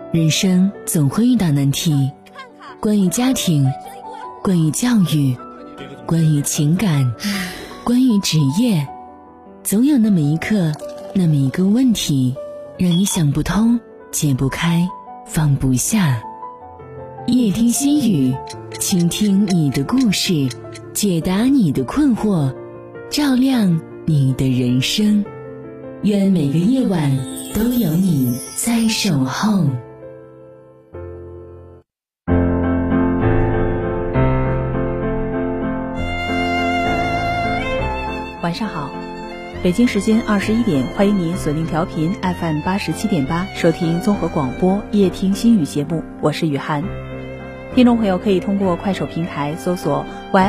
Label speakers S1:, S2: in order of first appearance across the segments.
S1: 人生总会遇到难题，关于家庭，关于教育，关于情感，关于职业，总有那么一刻，那么一个问题，让你想不通，解不开，放不下。夜听心语，倾听你的故事，解答你的困惑，照亮你的人生。愿每个夜晚都有你在守候。
S2: 晚上好，北京时间21点，欢迎您锁定调频 FM 87.8，收听综合广播夜听心语节目，我是雨涵。听众朋友可以通过快手平台搜索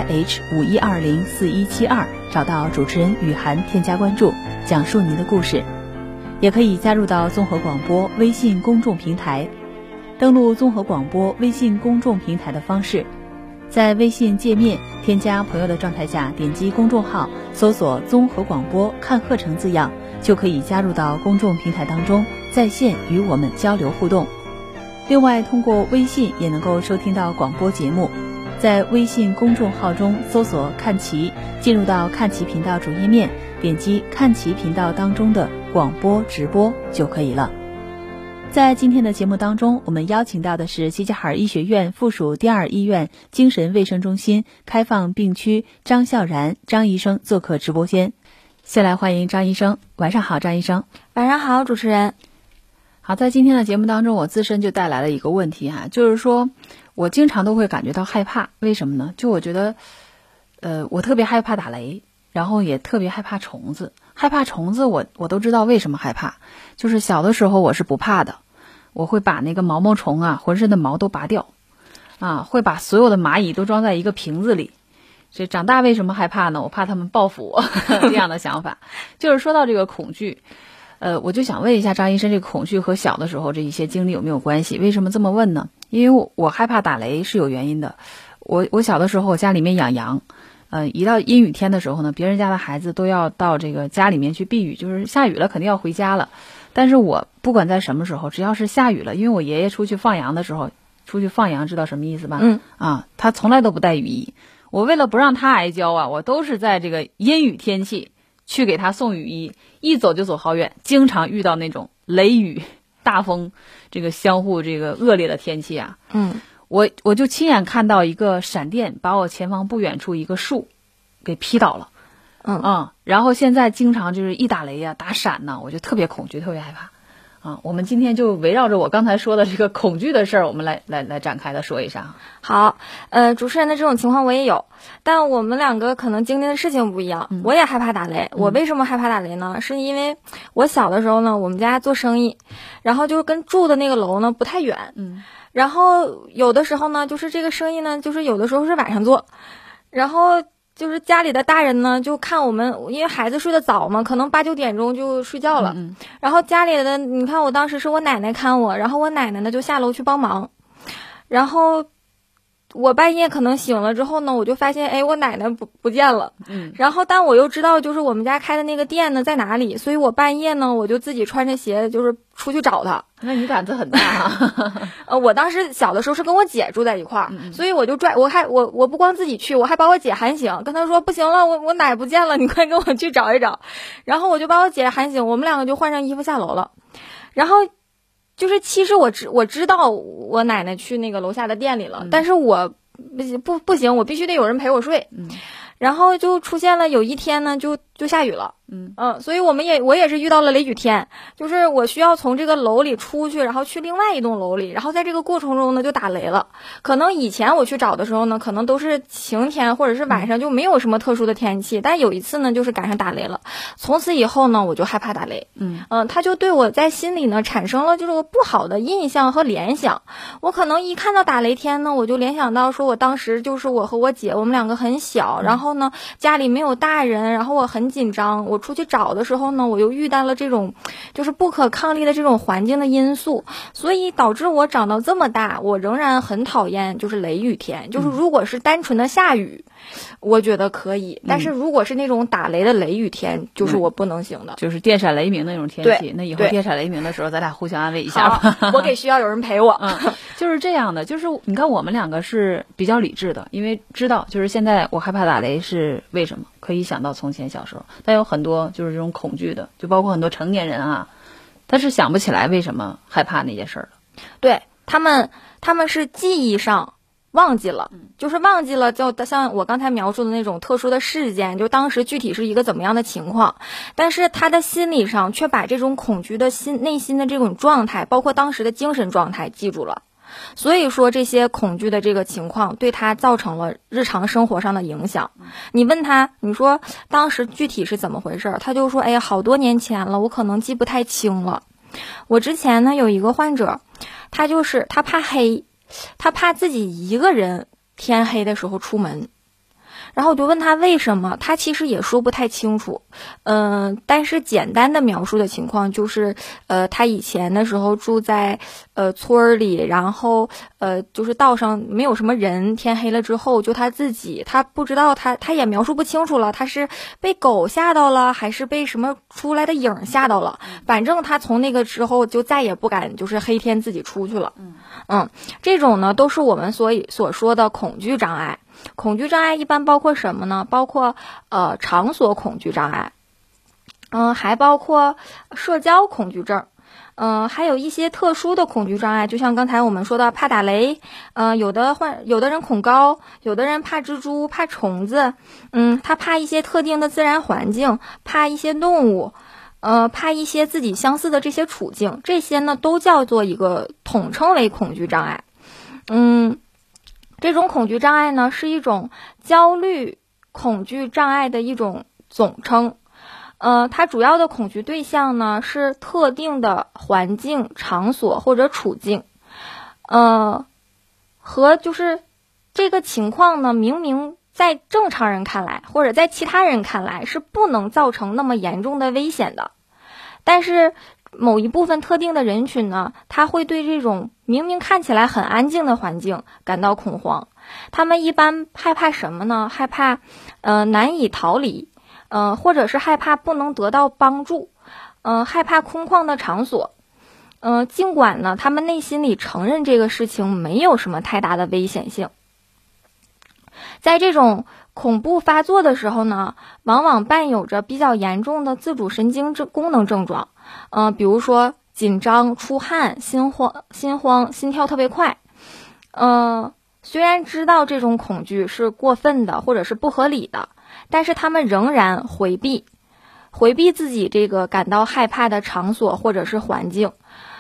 S2: YH51204172，找到主持人雨涵，添加关注，讲述您的故事。也可以加入到综合广播微信公众平台，登录综合广播微信公众平台的方式，在微信界面添加朋友的状态下，点击公众号搜索综合广播看课程字样，就可以加入到公众平台当中，在线与我们交流互动。另外通过微信也能够收听到广播节目，在微信公众号中搜索看齐，进入到看齐频道主页面，点击看齐频道当中的广播直播就可以了。在今天的节目当中，我们邀请到的是齐齐哈尔医学院附属第二医院精神卫生中心开放病区张孝然张医生做客直播间。先来欢迎张医生。晚上好，张医生。
S3: 晚上好，主持人。
S2: 好，在今天的节目当中，我自身就带来了一个问题就是说我经常都会感觉到害怕。为什么呢？就我觉得我特别害怕打雷，然后也特别害怕虫子。害怕虫子我都知道为什么害怕，就是小的时候我是不怕的，我会把那个毛毛虫浑身的毛都拔掉会把所有的蚂蚁都装在一个瓶子里。所以长大为什么害怕呢？我怕他们报复我这样的想法。就是说到这个恐惧，我就想问一下张医生，这个恐惧和小的时候这一些经历有没有关系？为什么这么问呢？因为我害怕打雷是有原因的。我小的时候我家里面养羊，一到阴雨天的时候呢，别人家的孩子都要到这个家里面去避雨，就是下雨了肯定要回家了。但是我不管在什么时候，只要是下雨了，因为我爷爷出去放羊的时候，出去放羊知道什么意思吧？他从来都不带雨衣。我为了不让他挨浇我都是在这个阴雨天气去给他送雨衣，一走就走好远，经常遇到那种雷雨大风，这个相互这个恶劣的天气我就亲眼看到一个闪电把我前方不远处一个树给劈倒了。然后现在经常就是一打雷打闪我就特别恐惧，特别害怕。我们今天就围绕着我刚才说的这个恐惧的事儿，我们来展开的说一下。
S3: 好，主持人的这种情况我也有，但我们两个可能经历的事情不一样。我也害怕打雷。我为什么害怕打雷呢？是因为我小的时候呢，我们家做生意，然后就是跟住的那个楼呢不太远。然后有的时候呢，就是这个生意呢，就是有的时候是晚上做，然后就是家里的大人呢就看我们，因为孩子睡得早嘛，可能8、9点钟就睡觉了。然后家里的你看我当时是我奶奶看我，然后我奶奶呢就下楼去帮忙，然后我半夜可能醒了之后呢，我就发现我奶奶不见了。然后但我又知道就是我们家开的那个店呢在哪里，所以我半夜呢我就自己穿着鞋就是出去找他。
S2: 那你胆子很大
S3: 我当时小的时候是跟我姐住在一块儿，所以我就我不光自己去，我还把我姐喊醒，跟她说不行了，我奶不见了，你快跟我去找一找。然后我就把我姐喊醒，我们两个就换上衣服下楼了。然后就是其实我知道我奶奶去那个楼下的店里了，但是我不行，我必须得有人陪我睡。然后就出现了有一天呢就下雨了。所以我也是遇到了雷雨天，就是我需要从这个楼里出去，然后去另外一栋楼里，然后在这个过程中呢就打雷了。可能以前我去找的时候呢，可能都是晴天或者是晚上，就没有什么特殊的天气，但有一次呢就是赶上打雷了。从此以后呢我就害怕打雷。它就对我在心里呢产生了就是不好的印象和联想。我可能一看到打雷天呢，我就联想到说我当时就是我和我姐我们两个很小，然后呢家里没有大人，然后我很很紧张，我出去找的时候呢，我又遇到了这种就是不可抗力的这种环境的因素，所以导致我长到这么大，我仍然很讨厌就是雷雨天。就是如果是单纯的下雨，我觉得可以，但是如果是那种打雷的雷雨天，就是我不能行的。
S2: 就是电闪雷鸣的那种天气。那以后电闪雷鸣的时候，咱俩互相安慰一下吧。
S3: 我给需要有人陪我。
S2: 就是这样的，就是你看我们两个是比较理智的，因为知道就是现在我害怕打雷是为什么，可以想到从前小时候，但有很多就是这种恐惧的，就包括很多成年人啊，他是想不起来为什么害怕那些事儿的。
S3: 对，他们是记忆上忘记了，就是忘记了，就像我刚才描述的那种特殊的事件，就当时具体是一个怎么样的情况，但是他的心理上却把这种恐惧的内心的这种状态，包括当时的精神状态记住了。所以说这些恐惧的这个情况对他造成了日常生活上的影响。你问他，你说当时具体是怎么回事，他就说，哎呀，好多年前了，我可能记不太清了。我之前呢有一个患者，他怕黑，他怕自己一个人天黑的时候出门，然后我就问他为什么，他其实也说不太清楚，但是简单的描述的情况就是，他以前的时候住在村里，然后就是道上没有什么人，天黑了之后就他自己，他不知道他也描述不清楚了，他是被狗吓到了，还是被什么出来的影吓到了，反正他从那个之后就再也不敢就是黑天自己出去了。这种呢都是我们所说的恐惧障碍。恐惧障碍一般包括什么呢？包括场所恐惧障碍，还包括社交恐惧症，还有一些特殊的恐惧障碍，就像刚才我们说的怕打雷，有的人恐高，有的人怕蜘蛛、怕虫子，他怕一些特定的自然环境，怕一些动物，怕一些自己相似的这些处境，这些呢都叫做一个统称为恐惧障碍。这种恐惧障碍呢是一种焦虑恐惧障碍的一种总称。它主要的恐惧对象呢是特定的环境、场所或者处境。和就是这个情况呢，明明在正常人看来或者在其他人看来是不能造成那么严重的危险的，但是某一部分特定的人群呢，他会对这种明明看起来很安静的环境感到恐慌。他们一般害怕什么呢？害怕难以逃离，或者是害怕不能得到帮助，害怕空旷的场所。尽管呢他们内心里承认这个事情没有什么太大的危险性。在这种恐怖发作的时候呢，往往伴有着比较严重的自主神经功能症状，比如说紧张、出汗、心慌、心跳特别快。虽然知道这种恐惧是过分的或者是不合理的，但是他们仍然回避自己这个感到害怕的场所或者是环境。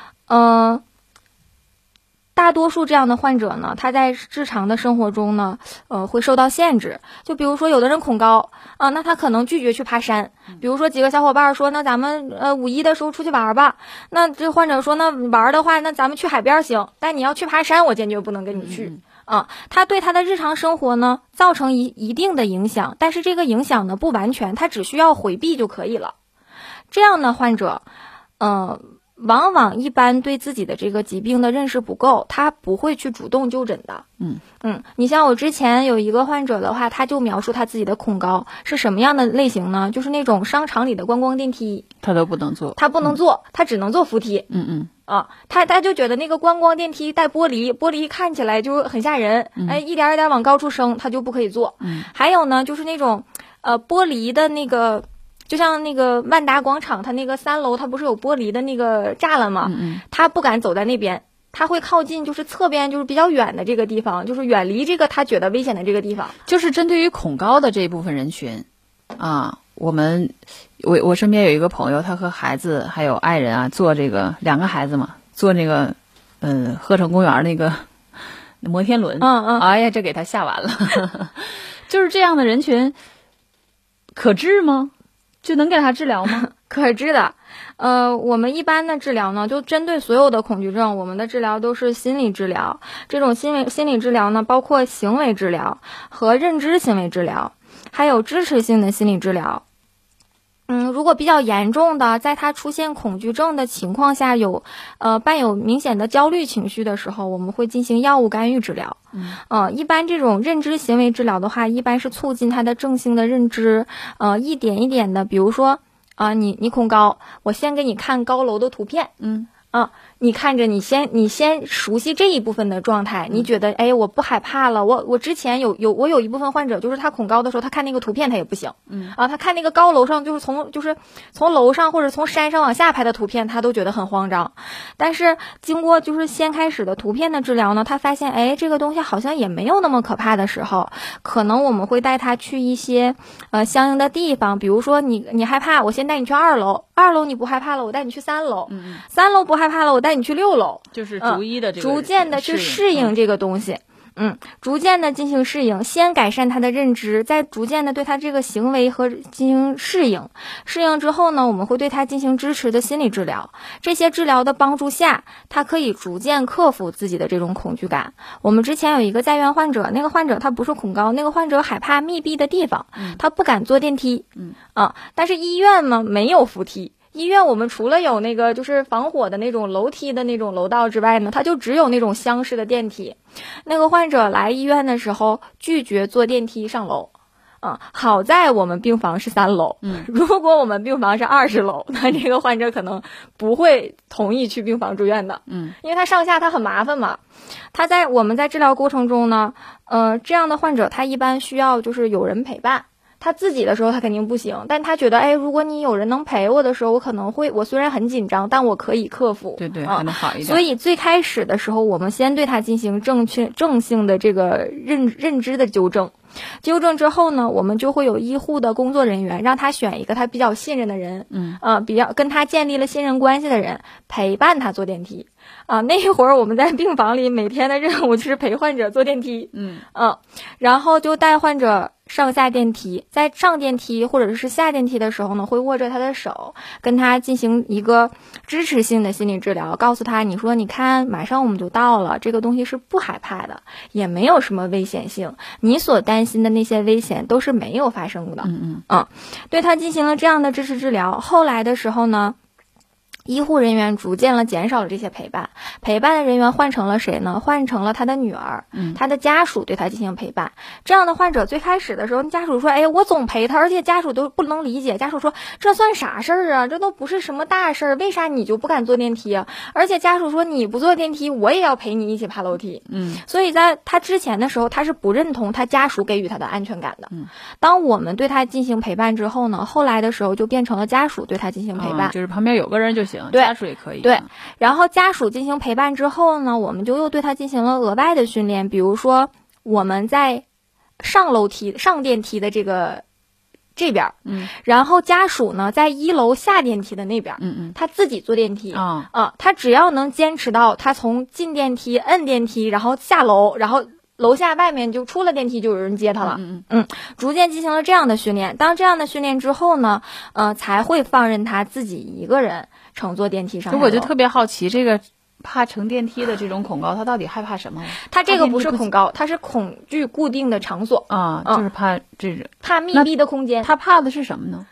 S3: 大多数这样的患者呢，他在日常的生活中呢，会受到限制。就比如说有的人恐高那他可能拒绝去爬山。比如说几个小伙伴说，那咱们5·1的时候出去玩吧。那这患者说，那玩的话，那咱们去海边行，但你要去爬山，我坚决不能跟你去。他对他的日常生活呢造成一定的影响，但是这个影响呢不完全，他只需要回避就可以了。这样的患者，往往一般对自己的这个疾病的认识不够，他不会去主动就诊的。你像我之前有一个患者的话，他就描述他自己的恐高是什么样的类型呢？就是那种商场里的观光电梯，
S2: 他都不能坐，
S3: 他不能坐，他只能坐扶梯。他就觉得那个观光电梯带玻璃看起来就很吓人，一点一点往高处升，他就不可以坐。还有呢，就是那种玻璃的那个。就像那个万达广场，它那个3楼，它不是有玻璃的那个栅栏吗？他不敢走在那边，他会靠近就是侧边，就是比较远的这个地方，就是远离这个他觉得危险的这个地方。
S2: 就是针对于恐高的这一部分人群我身边有一个朋友，他和孩子还有爱人坐这个2个孩子嘛，坐那个鹤城公园那个摩天轮。哎呀，这给他吓完了。就是这样的人群可治吗？就能给他治疗吗？
S3: 可治的。我们一般的治疗呢，就针对所有的恐惧症，我们的治疗都是心理治疗。这种心理治疗呢，包括行为治疗和认知行为治疗，还有支持性的心理治疗。 如果比较严重的，在他出现恐惧症的情况下，伴有明显的焦虑情绪的时候，我们会进行药物干预治疗。一般这种认知行为治疗的话，一般是促进他的正性的认知，一点一点的，比如说你恐高，我先给你看高楼的图片，你看着你先熟悉这一部分的状态，你觉得我不害怕了。我之前有一部分患者，就是他恐高的时候，他看那个图片他也不行，他看那个高楼上就是从楼上或者从山上往下拍的图片，他都觉得很慌张。但是经过就是先开始的图片的治疗呢，他发现这个东西好像也没有那么可怕的时候，可能我们会带他去一些相应的地方，比如说你害怕，我先带你去2楼，2楼你不害怕了，我带你去3楼，3楼不害怕了，我带你去6楼，
S2: 就是逐一的这个
S3: 逐渐的去适应这个东西，逐渐的进行适应，先改善他的认知，再逐渐的对他这个行为和进行适应。适应之后呢，我们会对他进行支持的心理治疗。这些治疗的帮助下，他可以逐渐克服自己的这种恐惧感。我们之前有一个在院患者，那个患者他不是恐高，那个患者害怕密闭的地方，他不敢坐电梯，但是医院呢没有扶梯。医院我们除了有那个就是防火的那种楼梯的那种楼道之外呢，它就只有那种厢式的电梯。那个患者来医院的时候拒绝坐电梯上楼，好在我们病房是3楼，如果我们病房是20楼，那这个患者可能不会同意去病房住院的，因为他上下他很麻烦嘛。我们在治疗过程中呢，这样的患者他一般需要就是有人陪伴。他自己的时候他肯定不行，但他觉得如果你有人能陪我的时候，我虽然很紧张，但我可以克服，
S2: 对还能好一点。
S3: 所以最开始的时候，我们先对他进行正性的这个认知的纠正之后呢，我们就会有医护的工作人员让他选一个他比较信任的人，比较跟他建立了信任关系的人陪伴他坐电梯。那一会儿我们在病房里每天的任务就是陪患者坐电梯，然后就带患者上下电梯，在上电梯或者是下电梯的时候呢，会握着他的手，跟他进行一个支持性的心理治疗，告诉他你说你看马上我们就到了，这个东西是不害怕的，也没有什么危险性，你所担心的那些危险都是没有发生的。对他进行了这样的支持治疗。后来的时候呢，医护人员逐渐减少了这些陪伴的人员换成了谁呢？换成了他的女儿，他的家属对他进行陪伴。这样的患者最开始的时候，家属说我总陪他，而且家属都不能理解，家属说这算啥事儿啊，这都不是什么大事儿，为啥你就不敢坐电梯啊？而且家属说你不坐电梯我也要陪你一起爬楼梯。所以在他之前的时候，他是不认同他家属给予他的安全感的。当我们对他进行陪伴之后呢，后来的时候就变成了家属对他进行陪伴，
S2: 就是旁边有个人就行，
S3: 对，
S2: 家属也可以。
S3: 对，然后家属进行陪伴之后呢，我们就又对他进行了额外的训练，比如说我们在上电梯的这边，然后家属呢在1楼下电梯的那边，他自己坐电梯，他只要能坚持到他从进电梯摁电梯，然后下楼，然后楼下外面就出了电梯就有人接他了，逐渐进行了这样的训练。当这样的训练之后呢，才会放任他自己一个人乘坐电梯上下楼。
S2: 我就特别好奇，这个怕乘电梯的这种恐高，他到底害怕什么？
S3: 他这个不是恐高，他是恐惧固定的场所
S2: 就是怕这种
S3: 怕密闭的空间。
S2: 他怕的是什么呢？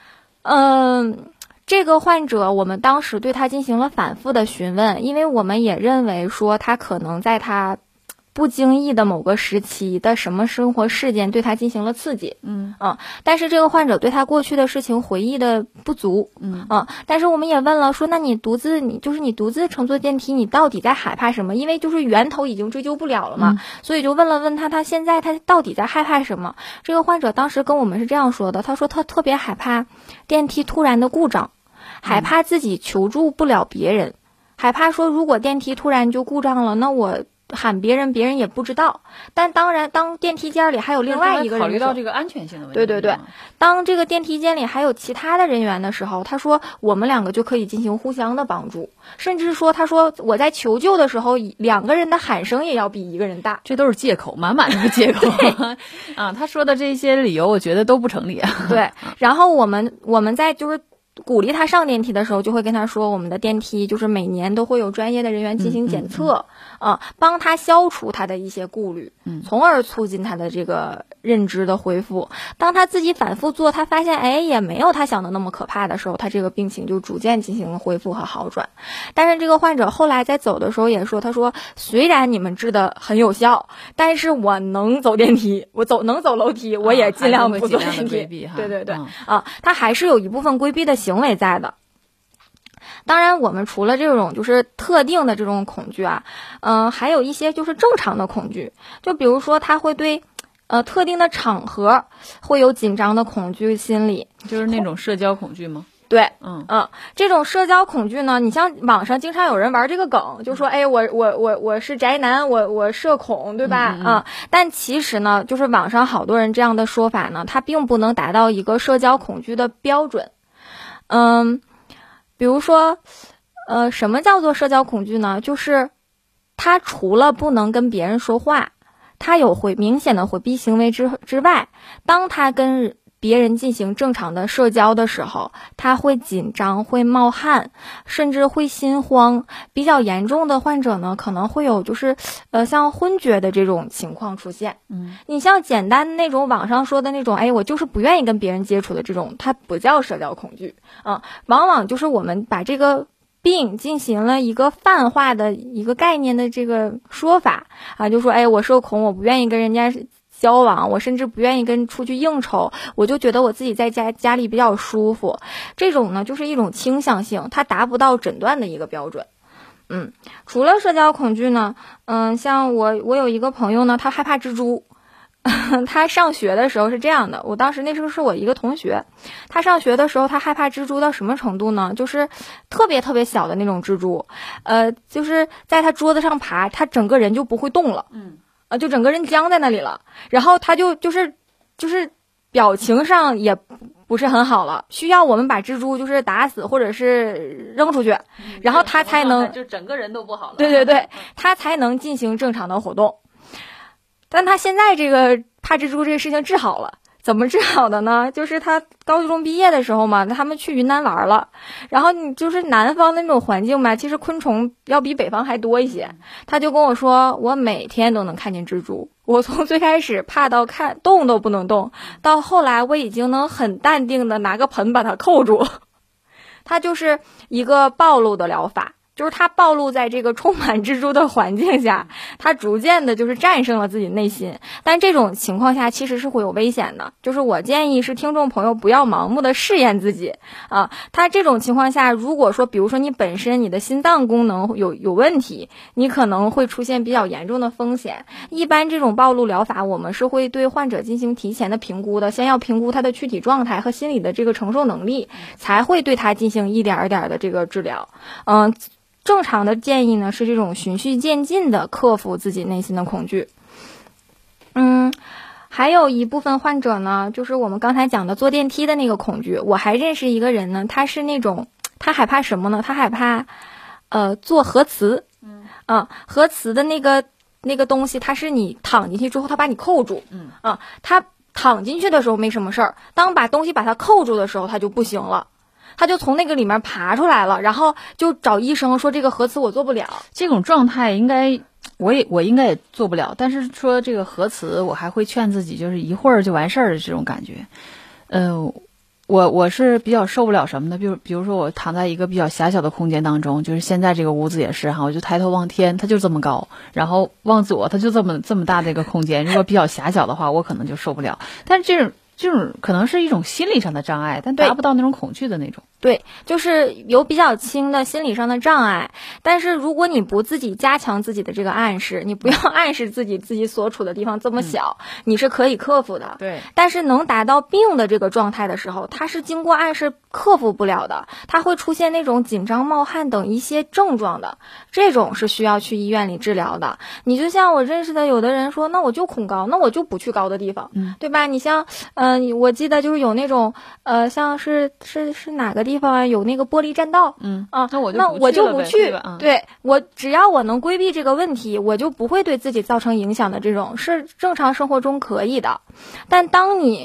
S3: 这个患者我们当时对他进行了反复的询问，因为我们也认为说他可能在他不经意的某个时期的什么生活事件对他进行了刺激，但是这个患者对他过去的事情回忆的不足，但是我们也问了说，那你独自乘坐电梯，你到底在害怕什么？因为就是源头已经追究不了了嘛，所以就问他现在他到底在害怕什么？这个患者当时跟我们是这样说的，他说他特别害怕电梯突然的故障，害怕自己求助不了别人，害怕说如果电梯突然就故障了，那我喊别人也不知道。但当然当电梯间里还有另外一个人，
S2: 考虑到这个安全性的问题。
S3: 对，当这个电梯间里还有其他的人员的时候，他说我们2个就可以进行互相的帮助，甚至说他说我在求救的时候2个人的喊声也要比1个人大。
S2: 这都是借口，满满的借口他说的这些理由我觉得都不成立。
S3: 对，然后我们在就是鼓励他上电梯的时候，就会跟他说，我们的电梯就是每年都会有专业的人员进行检测，帮他消除他的一些顾虑，从而促进他的这个认知的恢复。当他自己反复做，他发现也没有他想的那么可怕的时候，他这个病情就逐渐进行恢复和好转。但是这个患者后来在走的时候也说，他说虽然你们治的很有效，但是我能走电梯，我能走楼梯，我也尽量不走电梯。对对对，他还是有一部分规避的行为在的。当然我们除了这种就是特定的这种恐惧还有一些就是正常的恐惧，就比如说他会对特定的场合会有紧张的恐惧心理，
S2: 就是那种社交恐惧吗？
S3: 对，这种社交恐惧呢，你像网上经常有人玩这个梗，就说我是宅男，我社恐，对吧？但其实呢，就是网上好多人这样的说法呢，它并不能达到一个社交恐惧的标准。比如说什么叫做社交恐惧呢？就是他除了不能跟别人说话，他有明显的回避行为之外，当他跟别人进行正常的社交的时候，他会紧张，会冒汗，甚至会心慌。比较严重的患者呢，可能会有就是像昏厥的这种情况出现。你像简单的那种网上说的那种我就是不愿意跟别人接触的这种，它不叫社交恐惧往往就是我们把这个病进行了一个泛化的一个概念的这个说法就说我社恐，我不愿意跟人家交往，我甚至不愿意跟出去应酬，我就觉得我自己在家里比较舒服。这种呢就是一种倾向性，它达不到诊断的一个标准。除了社交恐惧呢，像我有一个朋友呢，他害怕蜘蛛。他上学的时候是这样的，我当时那时候是我一个同学，他上学的时候他害怕蜘蛛到什么程度呢？就是特别特别小的那种蜘蛛，就是在他桌子上爬，他整个人就不会动了，就整个人僵在那里了，然后他就是表情上也不是很好了，需要我们把蜘蛛就是打死或者是扔出去，然后他才能
S2: 就整个人都不好了。
S3: 对对对，他才能进行正常的活动。但他现在这个怕蜘蛛这个事情治好了。怎么治好的呢？就是他高中毕业的时候嘛，他们去云南玩了，然后你就是南方的那种环境吧，其实昆虫要比北方还多一些。他就跟我说，我每天都能看见蜘蛛，我从最开始怕到看动都不能动，到后来我已经能很淡定的拿个盆把它扣住。它就是一个暴露的疗法。就是他暴露在这个充满蜘蛛的环境下，他逐渐的就是战胜了自己内心，但这种情况下其实是会有危险的。就是我建议是听众朋友不要盲目的试验自己他这种情况下，如果说比如说你本身你的心脏功能有问题，你可能会出现比较严重的风险。一般这种暴露疗法我们是会对患者进行提前的评估的，先要评估他的躯体状态和心理的这个承受能力，才会对他进行一点点的这个治疗。正常的建议呢是这种循序渐进的克服自己内心的恐惧。还有一部分患者呢，就是我们刚才讲的坐电梯的那个恐惧。我还认识一个人呢，他是那种他害怕什么呢？他害怕坐核磁。核磁的那个东西，它是你躺进去之后他把你扣住。他躺进去的时候没什么事儿，当把东西把它扣住的时候他就不行了，他就从那个里面爬出来了，然后就找医生说这个核磁我做不了。
S2: 这种状态应该我应该也做不了，但是说这个核磁我还会劝自己就是一会儿就完事儿的这种感觉。我是比较受不了什么的，比如说我躺在一个比较狭小的空间当中，就是现在这个屋子也是哈，我就抬头望天，它就这么高，然后望左它就这么大的一个空间，如果比较狭小的话我可能就受不了。但是这种可能是一种心理上的障碍，但达不到那种恐惧的那种。
S3: 对，就是有比较轻的心理上的障碍，但是如果你不自己加强自己的这个暗示，你不要暗示自己所处的地方这么小，你是可以克服的。
S2: 对，
S3: 但是能达到病的这个状态的时候，它是经过暗示克服不了的，它会出现那种紧张、冒汗等一些症状的，这种是需要去医院里治疗的。你就像我认识的有的人说，那我就恐高，那我就不去高的地方，对吧？你像我记得就是有那种像是哪个地方啊，有那个玻璃栈道，
S2: 那
S3: 我就不去。
S2: 对，
S3: 我只要我能规避这个问题，我就不会对自己造成影响的，这种是正常生活中可以的。但当你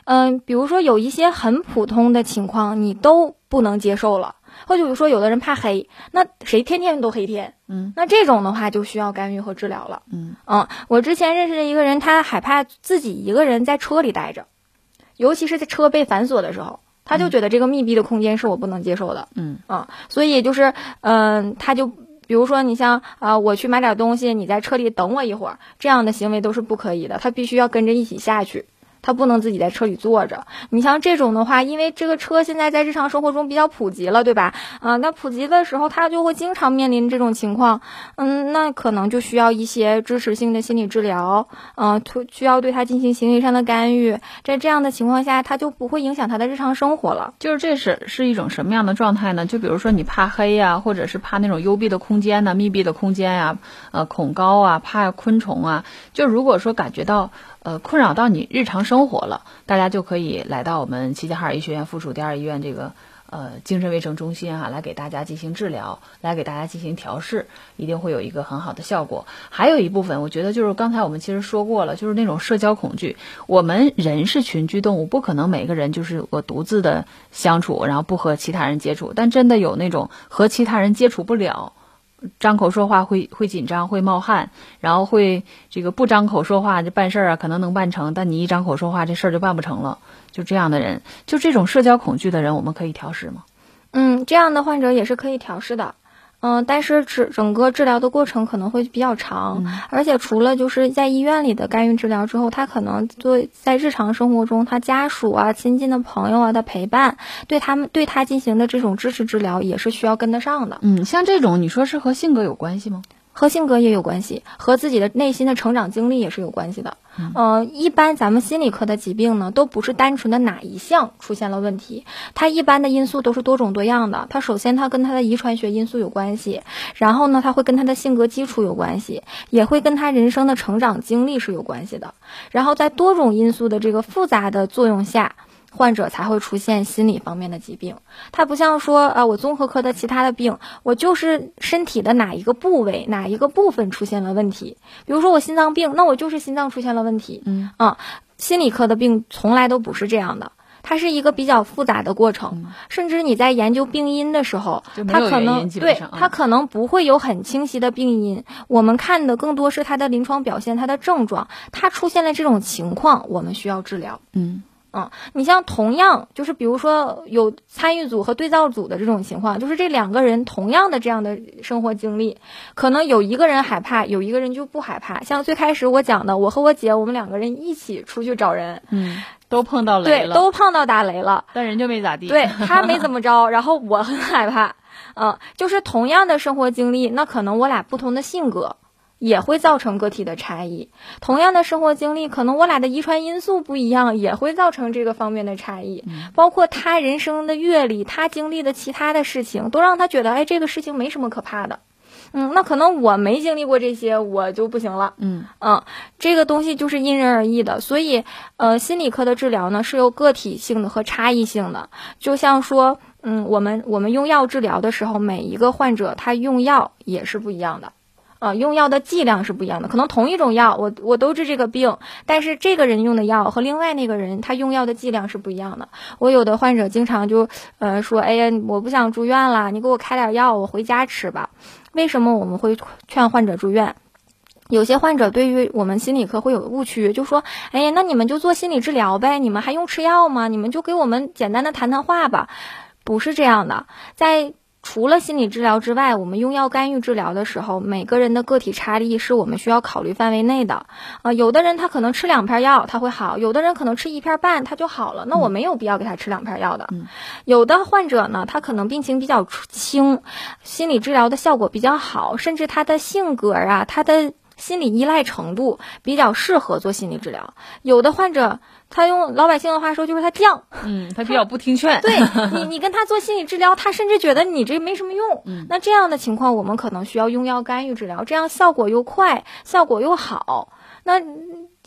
S3: 比如说有一些很普通的情况你都不能接受了，或者比如说有的人怕黑，那谁天天都黑天，那这种的话就需要干预和治疗了。我之前认识的一个人，他害怕自己一个人在车里待着，尤其是在车被反锁的时候，他就觉得这个密闭的空间是我不能接受的。所以就是他就比如说你像我去买点东西，你在车里等我一会儿，这样的行为都是不可以的，他必须要跟着一起下去，他不能自己在车里坐着。你像这种的话，因为这个车现在在日常生活中比较普及了，对吧？那普及的时候他就会经常面临这种情况，那可能就需要一些支持性的心理治疗，需要对他进行行为上的干预。在这样的情况下，他就不会影响他的日常生活了。
S2: 就是这是一种什么样的状态呢？就比如说你怕黑呀，或者是怕那种幽闭的空间呢、密闭的空间呀，恐高啊，怕昆虫啊。就如果说感觉到困扰到你日常生活了，大家就可以来到我们齐齐哈尔医学院附属第二医院这个精神卫生中心来给大家进行治疗，来给大家进行调试，一定会有一个很好的效果。还有一部分我觉得就是刚才我们其实说过了，就是那种社交恐惧。我们人是群居动物，不可能每个人就是我独自的相处，然后不和其他人接触，但真的有那种和其他人接触不了，张口说话会紧张，会冒汗，然后会这个不张口说话，这办事可能能办成，但你一张口说话，这事儿就办不成了。就这样的人，就这种社交恐惧的人，我们可以调试吗？
S3: 这样的患者也是可以调试的。但是整个治疗的过程可能会比较长，而且除了就是在医院里的干预治疗之后，他可能在日常生活中，他家属啊、亲近的朋友啊的陪伴，对他进行的这种支持治疗也是需要跟得上的。
S2: 像这种你说是和性格有关系吗？
S3: 和性格也有关系，和自己的内心的成长经历也是有关系的。一般咱们心理科的疾病呢，都不是单纯的哪一项出现了问题，它一般的因素都是多种多样的。它首先它跟它的遗传学因素有关系，然后呢，它会跟它的性格基础有关系，也会跟它人生的成长经历是有关系的。然后在多种因素的这个复杂的作用下，患者才会出现心理方面的疾病。它不像说我综合科的其他的病，我就是身体的哪一个部位哪一个部分出现了问题，比如说我心脏病，那我就是心脏出现了问题。心理科的病从来都不是这样的，它是一个比较复杂的过程，甚至你在研究病因的时候，它可能不会有很清晰的病因，我们看的更多是它的临床表现，它的症状，它出现了这种情况，我们需要治疗。你像同样就是比如说有参与组和对照组的这种情况，就是这两个人同样的这样的生活经历，可能有一个人害怕，有一个人就不害怕。像最开始我讲的，我和我姐我们两个人一起出去找人，
S2: 都碰到雷了，
S3: 对，都碰到打雷了，
S2: 但人就没咋地，
S3: 对，他没怎么着，然后我很害怕。就是同样的生活经历，那可能我俩不同的性格也会造成个体的差异，同样的生活经历，可能我俩的遗传因素不一样，也会造成这个方面的差异。包括他人生的阅历，他经历的其他的事情，都让他觉得，这个事情没什么可怕的。那可能我没经历过这些，我就不行了。这个东西就是因人而异的，所以心理科的治疗呢是有个体性的和差异性的。就像说，我们用药治疗的时候，每一个患者他用药也是不一样的。用药的剂量是不一样的，可能同一种药我都治这个病，但是这个人用的药和另外那个人他用药的剂量是不一样的。我有的患者经常就说，哎呀，我不想住院了，你给我开点药，我回家吃吧。为什么我们会劝患者住院？有些患者对于我们心理科会有误区，就说，哎呀，那你们就做心理治疗呗，你们还用吃药吗？你们就给我们简单的谈谈话吧。不是这样的，除了心理治疗之外，我们用药干预治疗的时候，每个人的个体差异是我们需要考虑范围内的。有的人他可能吃2片药他会好，有的人可能吃1片半他就好了，那我没有必要给他吃2片药的。有的患者呢，他可能病情比较轻，心理治疗的效果比较好，甚至他的性格啊，他的心理依赖程度比较适合做心理治疗。有的患者他用老百姓的话说就是他犟，
S2: 他比较不听劝。
S3: 对，你跟他做心理治疗，他甚至觉得你这没什么用。那这样的情况，我们可能需要用药干预治疗，这样效果又快，效果又好。那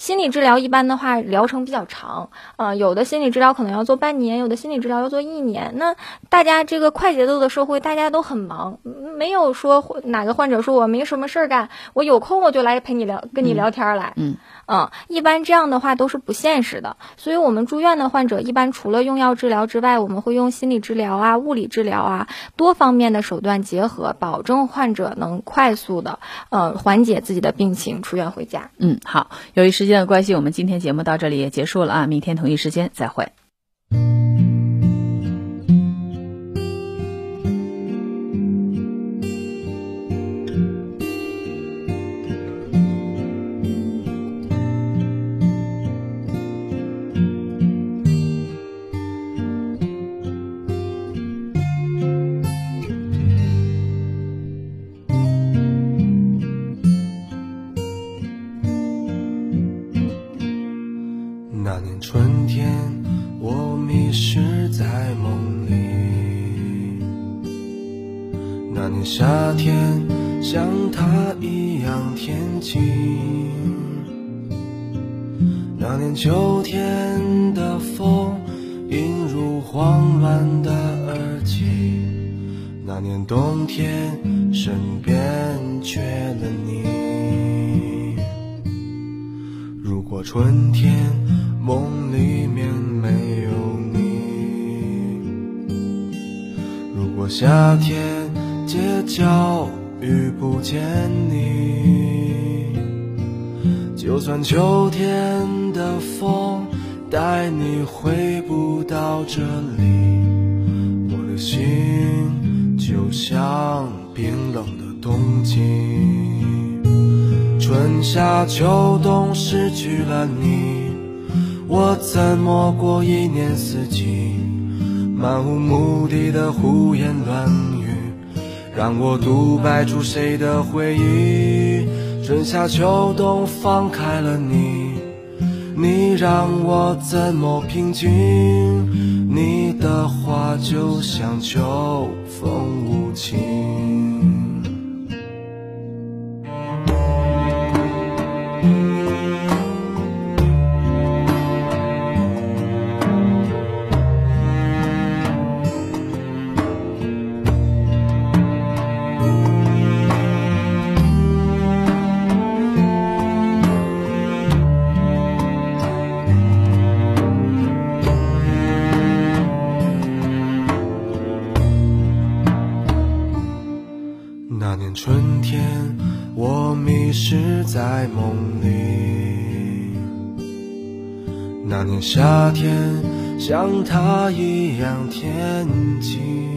S3: 心理治疗一般的话疗程比较长，有的心理治疗可能要做半年，有的心理治疗要做1年。那大家这个快节奏的社会，大家都很忙，没有说哪个患者说我没什么事儿干，我有空我就来陪你聊，跟你聊天来。一般这样的话都是不现实的。所以我们住院的患者一般除了用药治疗之外，我们会用心理治疗啊、物理治疗啊，多方面的手段结合，保证患者能快速的缓解自己的病情，出院回家。
S2: 好，由于时间的关系，我们今天节目到这里也结束了啊，明天同一时间再会。
S4: 那年春天，我迷失在梦里。那年夏天，像他一样天晴。那年秋天的风，映入慌乱的耳际。那年冬天，身边缺了你。如果春天梦里面没有你，如果夏天街角遇不见你，就算秋天的风带你回不到这里，我的心就像冰冷的冬季。春夏秋冬失去了你，我怎么过1年4季？漫无目的的胡言乱语，让我独白出谁的回忆？春夏秋冬放开了你，你让我怎么平静？你的话就像秋风无情。那年春天，我迷失在梦里。那年夏天，像他一样天晴。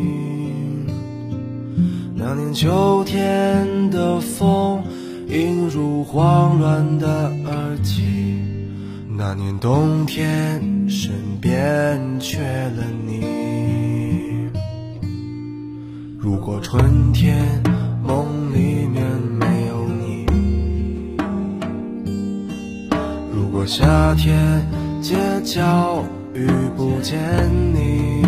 S4: 那年秋天的风，映入慌乱的耳际。那年冬天，身边缺了你。如果春天梦里面没有你，如果夏天街角遇不见你，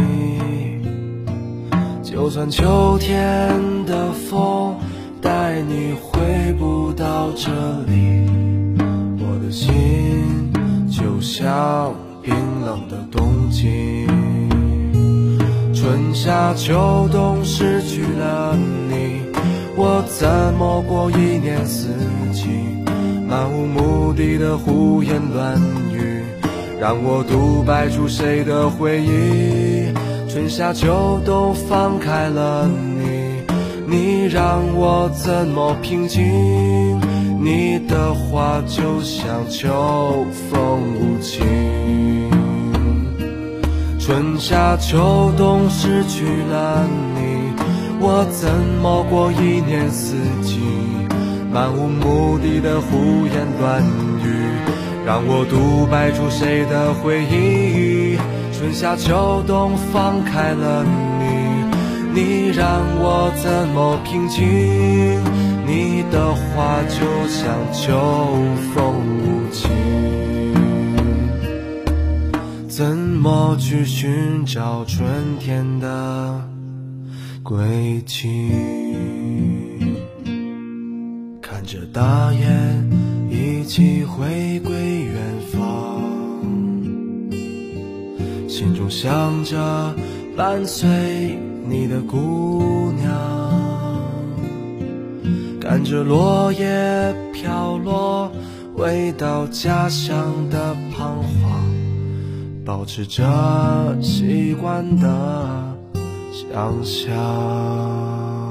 S4: 就算秋天的风带你回不到这里，我的心就像冰冷的冬季。春夏秋冬失去了你，我怎么过1年4季？漫无目的的胡言乱语，让我独白出谁的回忆？春夏秋冬放开了你，你让我怎么平静？你的话就像秋风无情。春夏秋冬失去了你，我怎么过1年4季？漫无目的的胡言乱语，让我独白出谁的回忆？春夏秋冬放开了你，你让我怎么平静？你的话就像秋风无情，怎么去寻找春天的轨迹？看着大雁一起回归远方，心中想着伴随你的姑娘，看着落叶飘落，回到家乡的彷徨，保持着习惯的想象。